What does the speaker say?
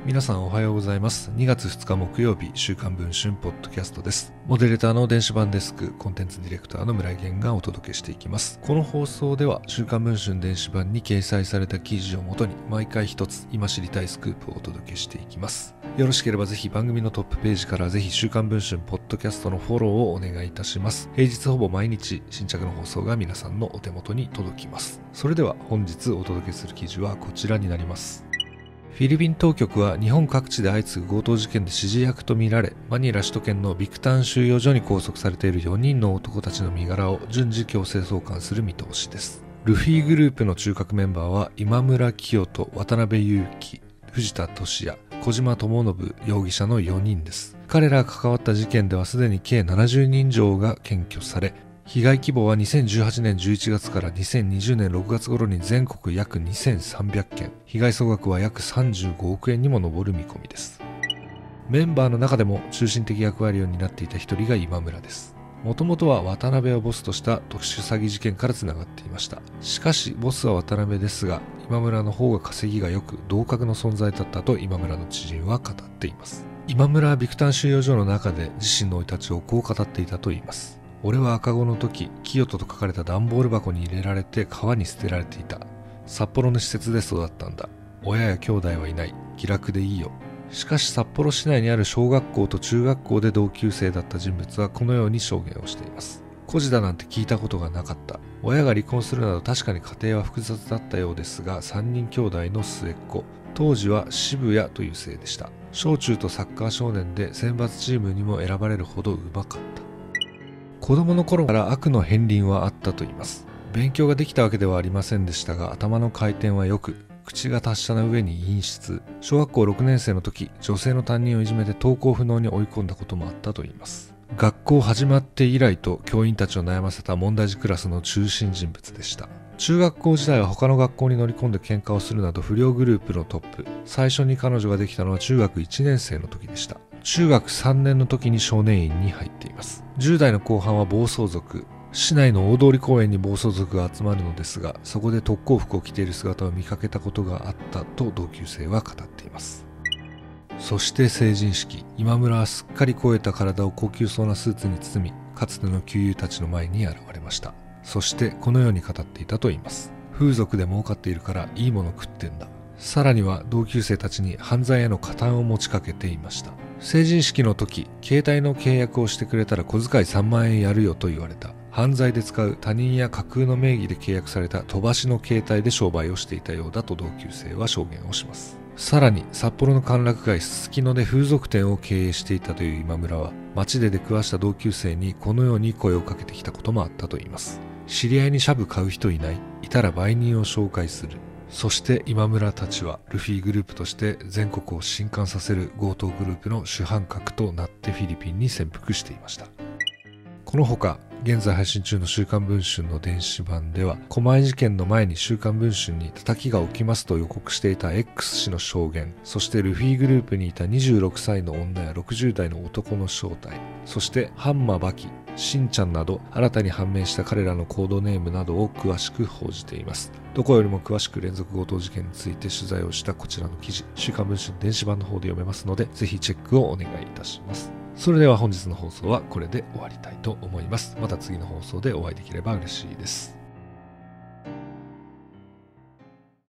皆さんおはようございます。2月2日木曜日、週刊文春ポッドキャストです。モデレーターの電子版デスク、コンテンツディレクターの村井源がお届けしていきます。この放送では、週刊文春電子版に掲載された記事をもとに、毎回一つ今知りたいスクープをお届けしていきます。よろしければぜひ番組のトップページからぜひ週刊文春ポッドキャストのフォローをお願いいたします。平日ほぼ毎日新着の放送が皆さんのお手元に届きます。それでは本日お届けする記事はこちらになります。フィリピン当局は日本各地で相次ぐ強盗事件で指示役とみられ、マニラ首都圏のビクタン収容所に拘束されている4人の男たちの身柄を順次強制送還する見通しです。ルフィグループの中核メンバーは今村清人、渡辺裕樹、藤田聖也、小島智信容疑者の4人です。彼らが関わった事件ではすでに計70人以上が検挙され、被害規模は2018年11月から2020年6月頃に全国約2300件、被害総額は約35億円にも上る見込みです。メンバーの中でも中心的役割を担っていた一人が今村です。もともとは渡辺をボスとした特殊詐欺事件からつながっていました。しかしボスは渡辺ですが、今村の方が稼ぎが良く同格の存在だったと今村の知人は語っています。今村はビクタン収容所の中で自身の生い立ちをこう語っていたといいます。俺は赤子の時、清人と書かれた段ボール箱に入れられて川に捨てられていた。札幌の施設で育ったんだ。親や兄弟はいない。気楽でいいよ。しかし札幌市内にある小学校と中学校で同級生だった人物はこのように証言をしています。孤児だなんて聞いたことがなかった。親が離婚するなど確かに家庭は複雑だったようですが、3人兄弟の末っ子。当時は渋谷という姓でした。小中とサッカー少年で選抜チームにも選ばれるほどうまかった。子供の頃から悪の片鱗はあったといいます。勉強ができたわけではありませんでしたが、頭の回転は良く、口が達者な上に陰湿。小学校6年生の時、女性の担任をいじめて登校不能に追い込んだこともあったといいます。学校始まって以来と教員たちを悩ませた問題児クラスの中心人物でした。中学校時代は他の学校に乗り込んで喧嘩をするなど不良グループのトップ。最初に彼女ができたのは中学1年生の時でした。中学3年の時に少年院に入っています。10代の後半は暴走族。市内の大通公園に暴走族が集まるのですが、そこで特攻服を着ている姿を見かけたことがあったと同級生は語っています。そして成人式。今村はすっかり肥えた体を高級そうなスーツに包み、かつての旧友たちの前に現れました。そしてこのように語っていたといいます。風俗で儲かっているからいいもの食ってんだ。さらには同級生たちに犯罪への加担を持ちかけていました。成人式の時、携帯の契約をしてくれたら小遣い3万円やるよと言われた。犯罪で使う他人や架空の名義で契約された飛ばしの携帯で商売をしていたようだと同級生は証言をします。さらに札幌の歓楽街すすきので風俗店を経営していたという今村は、街で出くわした同級生にこのように声をかけてきたこともあったといいます。知り合いにシャブ買う人いない？いたら売人を紹介する。そして今村たちはルフィグループとして全国を震撼させる強盗グループの主犯格となってフィリピンに潜伏していました。このほか現在配信中の週刊文春の電子版では、狛江事件の前に週刊文春に叩きが起きますと予告していた X 氏の証言、そしてルフィグループにいた26歳の女や60代の男の正体、そしてハンマバキ、しんちゃんなど新たに判明した彼らのコードネームなどを詳しく報じています。どこよりも詳しく連続強盗事件について取材をしたこちらの記事、週刊文春電子版の方で読めますので、ぜひチェックをお願いいたします。それでは本日の放送はこれで終わりたいと思います。また次の放送でお会いできれば嬉しいです。